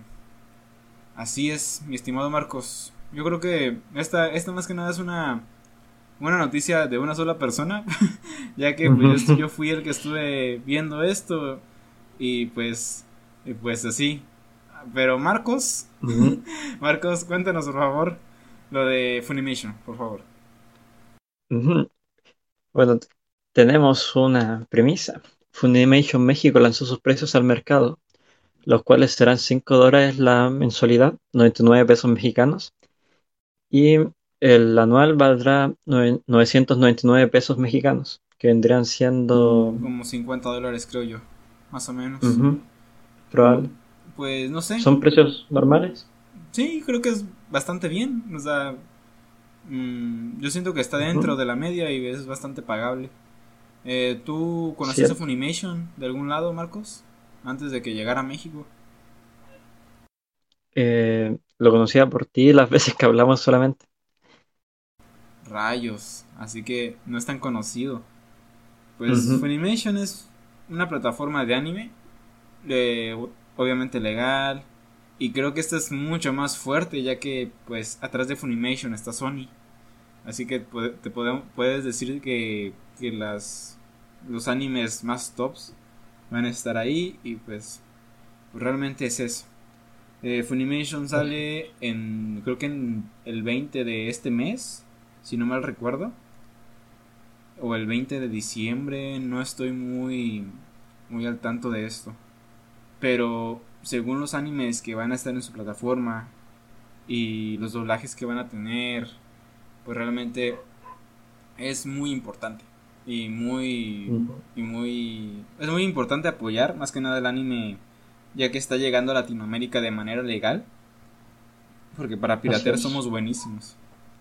así es, mi estimado Marcos. Yo creo que esta esta más que nada es una una noticia de una sola persona, ya que pues, yo, yo fui el que estuve viendo esto y pues y pues así. Pero Marcos, uh-huh. Marcos, cuéntanos por favor lo de Funimation, por favor. Uh-huh. Bueno, tenemos una premisa. Funimation México lanzó sus precios al mercado, los cuales serán cinco dólares la mensualidad, noventa y nueve pesos mexicanos, y el anual valdrá novecientos noventa y nueve pesos mexicanos, que vendrían siendo como cincuenta dólares, creo yo, más o menos. Uh-huh. Probable. Pues no sé. ¿Son precios normales? Sí, creo que es bastante bien. O sea, mmm, yo siento que está dentro uh-huh. de la media y es bastante pagable. Eh, ¿Tú conocías a Funimation de algún lado, Marcos? Antes de que llegara a México. Eh, lo conocía por ti las veces que hablamos solamente. Rayos, así que no es tan conocido. Pues uh-huh. Funimation es una plataforma de anime, eh, obviamente legal, y creo que esta es mucho más fuerte, ya que pues atrás de Funimation está Sony. Así que te podemos, puedes decir que, que las los animes más tops van a estar ahí y pues, pues realmente es eso. Eh, Funimation sale en creo que en el veinte de este mes, si no mal recuerdo, o el veinte de diciembre, no estoy muy muy al tanto de esto, pero según los animes que van a estar en su plataforma y los doblajes que van a tener, pues realmente es muy importante y muy uh-huh. y muy es muy importante apoyar más que nada el anime, ya que está llegando a Latinoamérica de manera legal, porque para piratear es. somos buenísimos.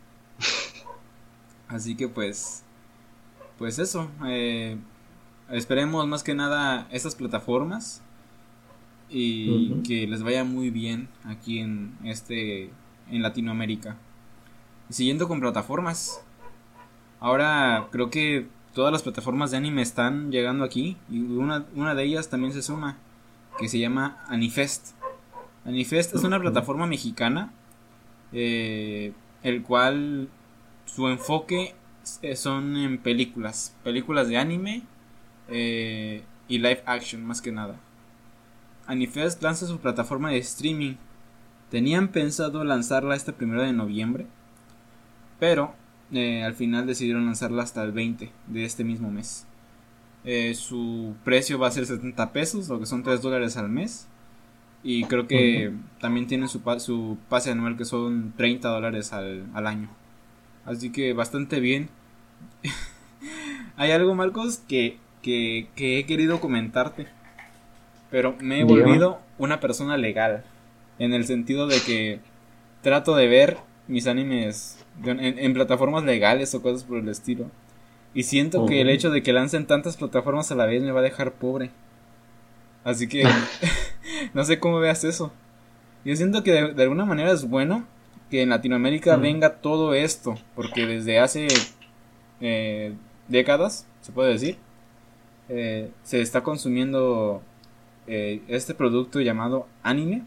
Así que pues pues eso, eh, esperemos más que nada estas plataformas y uh-huh. que les vaya muy bien aquí en este en Latinoamérica. Y siguiendo con plataformas, ahora creo que todas las plataformas de anime están llegando aquí y una, una de ellas también se suma, que se llama Anifest. Anifest es una plataforma mexicana, eh, el cual su enfoque son en películas, películas de anime eh, y live action más que nada. Anifest lanza su plataforma de streaming tenían pensado lanzarla este primero de noviembre, pero eh, al final decidieron lanzarla hasta el veinte de este mismo mes. Eh, su precio va a ser setenta pesos, lo que son tres dólares al mes. Y creo que uh-huh. también tienen su, pa- su pase anual, que son treinta dólares al, al año. Así que bastante bien. Hay algo, Marcos, que, que, que he querido comentarte, pero me he Dígame. volvido una persona legal, en el sentido de que trato de ver mis animes en, en plataformas legales o cosas por el estilo. Y siento uh-huh. que el hecho de que lancen tantas plataformas a la vez me va a dejar pobre. Así que no sé cómo veas eso. Yo siento que de, de alguna manera es bueno que en Latinoamérica uh-huh. venga todo esto, porque desde hace eh, décadas, se puede decir, eh, se está consumiendo eh, este producto llamado anime.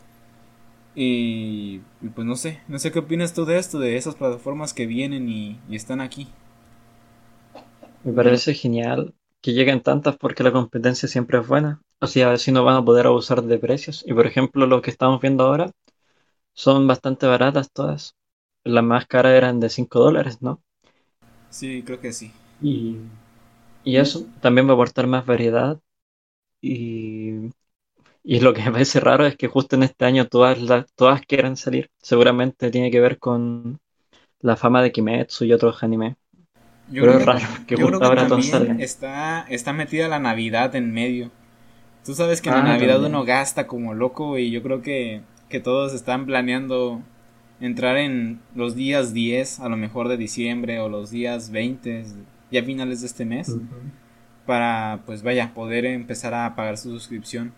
Y, y pues no sé, no sé qué opinas tú de esto, de esas plataformas que vienen y, y están aquí. Me parece genial que lleguen tantas porque la competencia siempre es buena. O sea, así no van a poder abusar de precios. Y por ejemplo, lo que estamos viendo ahora son bastante baratas todas. Las más caras eran de cinco dólares, ¿no? Sí, creo que sí. Y, y eso también va a aportar más variedad. Y, y lo que me parece raro es que justo en este año todas, las, todas quieren salir. Seguramente tiene que ver con la fama de Kimetsu y otros animes. Yo Pero creo es que, raro que yo justo creo que ahora todos también salgan. está, está metida la Navidad en medio. Tú sabes que en la Ah, Navidad también. uno gasta como loco, y yo creo que, que todos están planeando entrar en los días diez, a lo mejor de diciembre, o los días veinte, ya finales de este mes, Uh-huh. para, pues vaya, poder empezar a pagar su suscripción.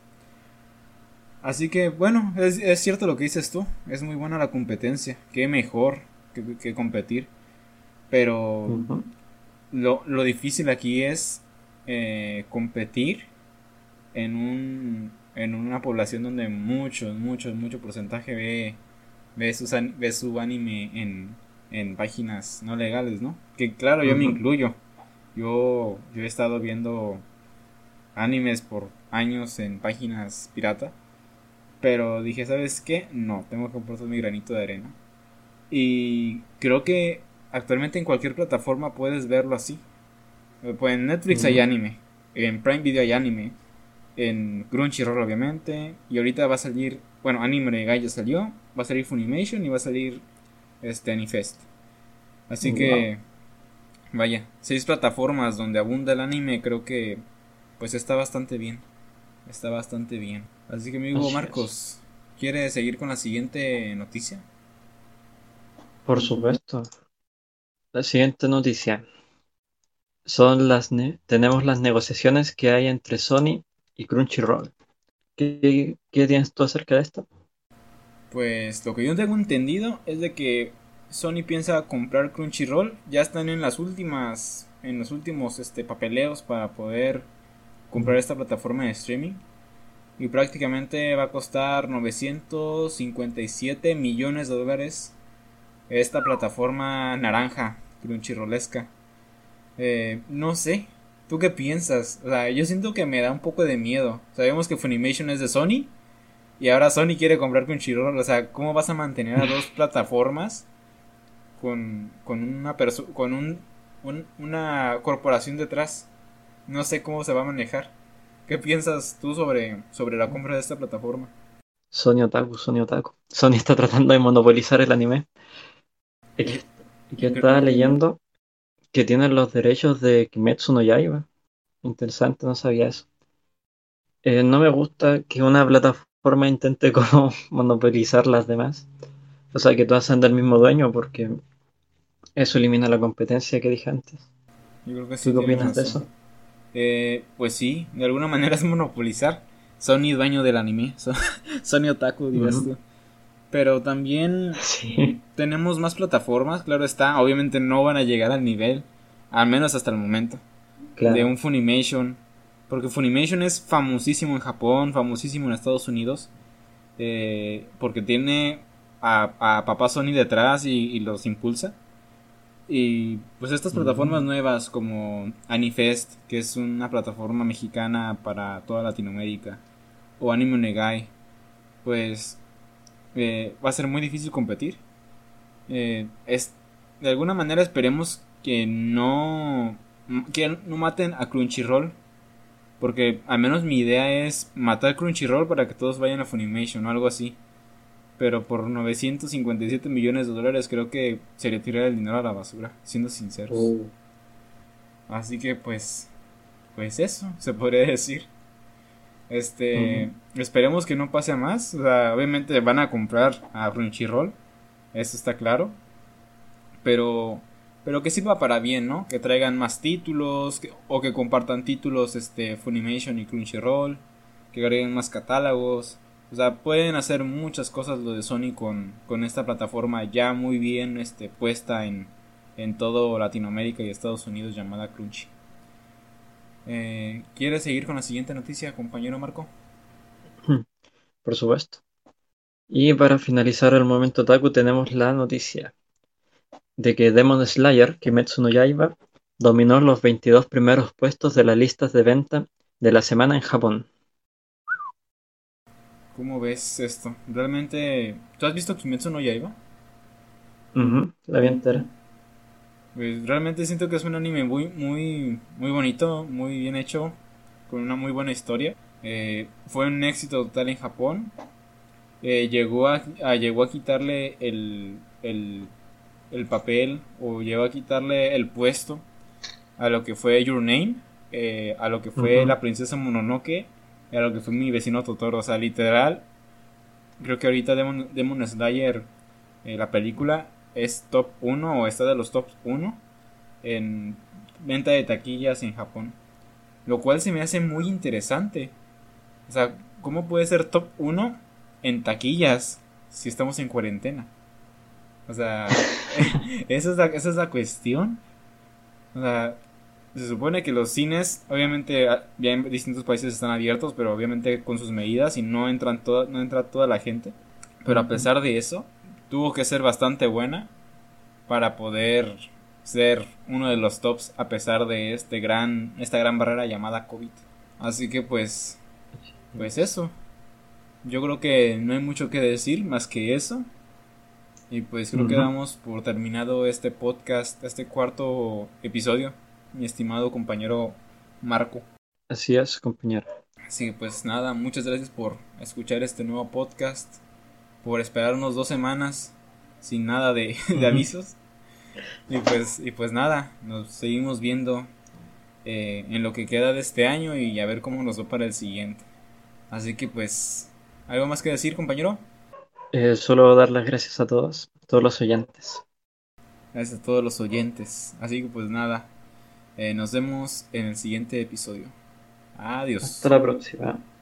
Así que, bueno, es, es cierto lo que dices tú, es muy buena la competencia, qué mejor que, que competir, pero Uh-huh. lo, lo difícil aquí es eh, competir en un en una población donde muchos, muchos, mucho porcentaje ve ve, sus, ve su anime en, en páginas no legales, ¿no? Que claro, yo uh-huh. me incluyo. Yo, yo he estado viendo animes por años en páginas pirata, pero dije, ¿sabes qué? No, tengo que aportar mi granito de arena. Y creo que actualmente en cualquier plataforma puedes verlo así. Pues en Netflix uh-huh. hay anime, en Prime Video hay anime, en Crunchyroll obviamente, y ahorita va a salir, bueno, Anime Negai ya salió, va a salir Funimation y va a salir este Anifest. Así wow. que vaya, seis plataformas donde abunda el anime, creo que pues está bastante bien. Está bastante bien. Así que amigo Así Marcos, es. ¿Quieres seguir con la siguiente noticia? Por supuesto. La siguiente noticia son las ne- tenemos las negociaciones que hay entre Sony y Crunchyroll. ¿Qué, qué tienes tú acerca de esto? Pues lo que yo tengo entendido es de que Sony piensa comprar Crunchyroll. Ya están en las últimas, en los últimos este, papeleos para poder comprar esta plataforma de streaming. Y prácticamente va a costar novecientos cincuenta y siete millones de dólares esta plataforma naranja Crunchyrollesca. Eh, no sé, ¿tú qué piensas? O sea, yo siento que me da un poco de miedo. Sabemos que Funimation es de Sony y ahora Sony quiere comprar Crunchyroll. O sea, ¿cómo vas a mantener a dos plataformas con, con una perso- con un, un, una corporación detrás? No sé cómo se va a manejar. ¿Qué piensas tú sobre, sobre la compra de esta plataforma? Sony Otaku, Sony Otaku. Sony está tratando de monopolizar el anime. Y que, y que estaba leyendo que tienen los derechos de Kimetsu no Yaiba. Interesante, no sabía eso. Eh, no me gusta que una plataforma intente como monopolizar las demás. O sea, que todas sean del mismo dueño, porque eso elimina la competencia que dije antes. Yo creo que ¿Tú sí qué tienes opinas de razón. eso? Eh, pues sí, de alguna manera es monopolizar. Sony dueño del anime, Sony Otaku, digas uh-huh. tú. Pero también sí. tenemos más plataformas, claro está. Obviamente no van a llegar al nivel, al menos hasta el momento, claro. de un Funimation. Porque Funimation es famosísimo en Japón, famosísimo en Estados Unidos. Eh, porque tiene a, a papá Sony detrás y, y los impulsa. Y pues estas plataformas uh-huh. nuevas como Anifest, que es una plataforma mexicana para toda Latinoamérica, o Anime Negai, pues eh, va a ser muy difícil competir. Eh, es, de alguna manera esperemos que no, que no maten a Crunchyroll. Porque al menos mi idea es matar Crunchyroll para que todos vayan a Funimation o algo así. Pero por novecientos cincuenta y siete millones de dólares creo que se le tira el dinero a la basura, siendo sinceros. Uh, Así que pues, pues eso, se podría decir. Este, esperemos que no pase a más. O sea, obviamente van a comprar a Crunchyroll, eso está claro. Pero, pero que sirva para bien, ¿no? Que traigan más títulos que- o que compartan títulos, este, Funimation y Crunchyroll, que agreguen más catálogos. O sea, pueden hacer muchas cosas lo de Sony con, con esta plataforma ya muy bien, este, puesta en, en todo Latinoamérica y Estados Unidos llamada Crunchy. Eh, ¿Quieres seguir con la siguiente noticia, compañero Marco? por supuesto. Y para finalizar el momento otaku tenemos la noticia de que Demon Slayer, Kimetsu no Yaiba, dominó los veintidós primeros puestos de las listas de venta de la semana en Japón. ¿Cómo ves esto? Realmente, ¿tú has visto Kimetsu no Yaiba? Ujú, la vi entera. Pues realmente siento que es un anime muy, muy, muy bonito, muy bien hecho, con una muy buena historia. Eh, fue un éxito total en Japón. Eh, llegó a, a- llegó a quitarle el, el, el papel o llegó a quitarle el puesto a lo que fue Your Name, eh, a lo que fue Ujú. La Princesa Mononoke, y a lo que fue Mi Vecino Totoro. O sea, literal, creo que ahorita Demon, Demon Slayer, eh, la película, es top uno o está de los top uno en venta de taquillas en Japón. Lo cual se me hace muy interesante. O sea, ¿cómo puede ser top uno en taquillas si estamos en cuarentena? O sea, esa es la, esa es la cuestión. O sea, se supone que los cines, obviamente, a- ya en distintos países están abiertos, pero obviamente con sus medidas y no entran toda, no entra toda la gente. Pero a Ujú. pesar de eso, tuvo que ser bastante buena para poder ser uno de los tops a pesar de este gran, esta gran barrera llamada COVID. Así que pues, pues eso. Yo creo que no hay mucho que decir más que eso. Y pues creo que Ujú. damos por terminado este podcast, este cuarto episodio, mi estimado compañero Marco. Así es, compañero. Así que pues nada, muchas gracias por escuchar este nuevo podcast, por esperar unos dos semanas sin nada de, de Ujú. avisos. Y pues, y pues nada, nos seguimos viendo eh, en lo que queda de este año y a ver cómo nos va para el siguiente. Así que pues, ¿algo más que decir, compañero? Eh, solo dar las gracias a todos, a todos los oyentes. Gracias a todos los oyentes. Así que pues nada, eh, nos vemos en el siguiente episodio. Hasta Adiós. la próxima.